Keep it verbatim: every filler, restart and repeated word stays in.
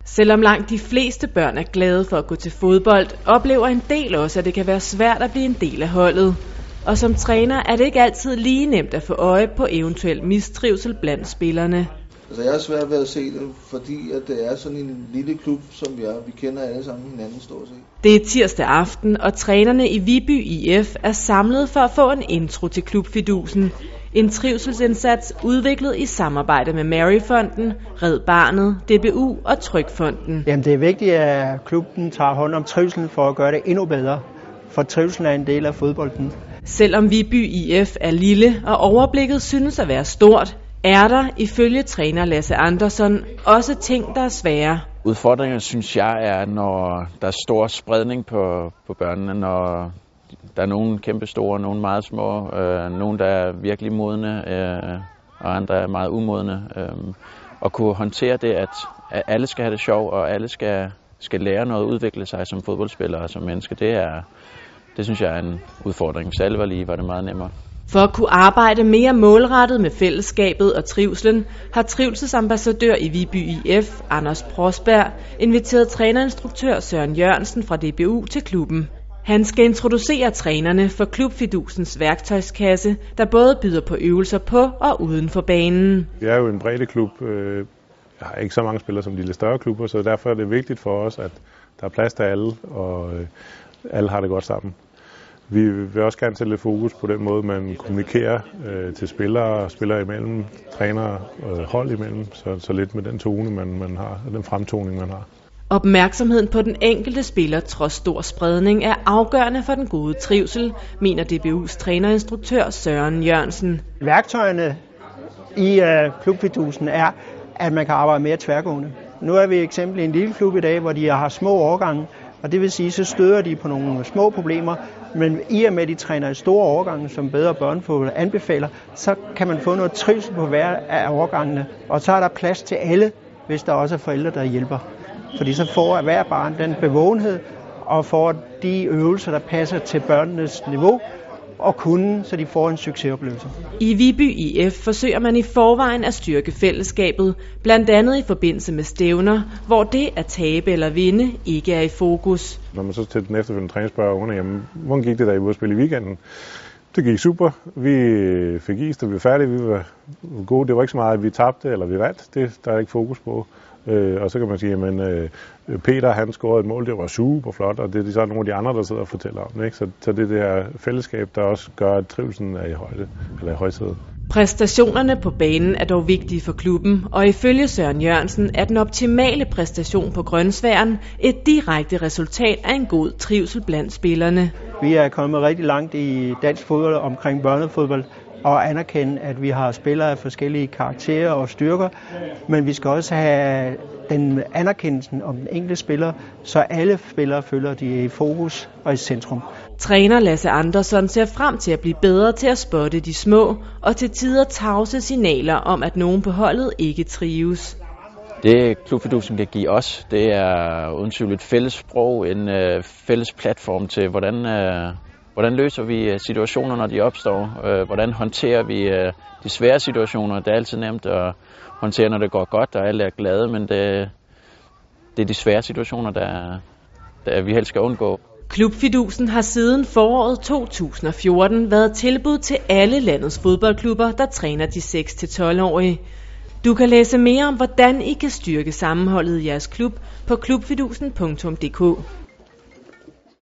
Selvom langt de fleste børn er glade for at gå til fodbold, oplever en del også, at det kan være svært at blive en del af holdet. Og som træner er det ikke altid lige nemt at få øje på eventuel mistrivsel blandt spillerne. Altså jeg er svært ved at se det, fordi at det er sådan en lille klub, som vi er. Vi kender alle sammen hinanden stort set. Det er tirsdag aften, og trænerne i Viby I F er samlet for at få en intro til klubfidusen. En trivselsindsats udviklet i samarbejde med Maryfonden, Red Barnet, D B U og Trygfonden. Jamen, det er vigtigt, at klubben tager hånd om trivselen for at gøre det endnu bedre. For trivselen er en del af fodbolden. Selvom Viby I F er lille og overblikket synes at være stort, er der ifølge træner Lasse Andersson også ting, der er svære. Udfordringen synes jeg er, når der er stor spredning på, på børnene, når der er nogle kæmpe store, nogle meget små, øh, nogle der er virkelig modne, øh, og andre er meget umodne. Øh, og kunne håndtere det, at, at alle skal have det sjov, og alle skal, skal lære noget at udvikle sig som fodboldspillere og som mennesker, det er, det synes jeg er en udfordring. Hvis alle var lige, var det meget nemmere. For at kunne arbejde mere målrettet med fællesskabet og trivslen, har trivselsambassadør i Viby I F, Anders Prosberg, inviteret trænerinstruktør Søren Jørgensen fra D B U til klubben. Han skal introducere trænerne for klubfidusens værktøjskasse, der både byder på øvelser på og uden for banen. Vi er jo en breddeklub. Jeg har ikke så mange spillere som de lidt større klubber, så derfor er det vigtigt for os, at der er plads til alle, og alle har det godt sammen. Vi vil også gerne sætte lidt fokus på den måde, man kommunikerer øh, til spillere, spillere imellem, trænere og hold imellem, så, så lidt med den tone, man, man har, den fremtoning, man har. Opmærksomheden på den enkelte spiller trods stor spredning er afgørende for den gode trivsel, mener D B U's trænerinstruktør Søren Jørgensen. Værktøjerne i uh, klubfidusen er, at man kan arbejde mere tværgående. Nu er vi eksempel i en lille klub i dag, hvor de har små årgange, og det vil sige, så støder de på nogle små problemer, men i og med, at de træner i store årgange, som Bedre Børnefodbold anbefaler, så kan man få noget trivsel på hver af årgangene, og så er der plads til alle, hvis der også er forældre, der hjælper. Fordi så får hver barn den bevågenhed og får de øvelser, der passer til børnenes niveau og kunne, så de får en succesoplevelse. I Viby I F forsøger man i forvejen at styrke fællesskabet, blandt andet i forbindelse med stævner, hvor det at tabe eller vinde ikke er i fokus. Når man så til den efterfølgende træning spørger ungerne, jamen, hvordan gik det, da I var ude at spille i weekenden? Det gik super. Vi fik is, da vi var færdige. Vi var gode. Det var ikke så meget, at vi tabte eller vi vandt. Det der er ikke fokus på. Øh, og så kan man sige, at Peter han scorede et mål, det var super flot, og det er så nogle af de andre, der sidder og fortæller om det. Ikke? Så, så det er det her fællesskab, der også gør, at trivselen er i højde, eller i højsædet. Præstationerne på banen er dog vigtige for klubben, og ifølge Søren Jørgensen er den optimale præstation på grønsværen et direkte resultat af en god trivsel blandt spillerne. Vi er kommet rigtig langt i dansk fodbold omkring børnefodbold, og anerkende, at vi har spillere af forskellige karakterer og styrker, men vi skal også have den anerkendelsen om den enkelte spiller, så alle spillere føler, at de er i fokus og i centrum. Træner Lasse Andersson ser frem til at blive bedre til at spotte de små og til tider tavse signaler om, at nogen på holdet ikke trives. Det klubfidusen kan give os, det er uden tvivl et fælles sprog, en øh, fælles platform til, hvordan, øh, hvordan løser vi situationer, når de opstår. Øh, hvordan håndterer vi øh, de svære situationer. Det er altid nemt at håndtere, når det går godt, og alle er glade, men det, det er de svære situationer, der, der vi helst skal undgå. Klubfidusen har siden foråret to tusind og fjorten været tilbud til alle landets fodboldklubber, der træner de seks til tolv-årige. Du kan læse mere om, hvordan I kan styrke sammenholdet i jeres klub på klubfidusen punktum d k.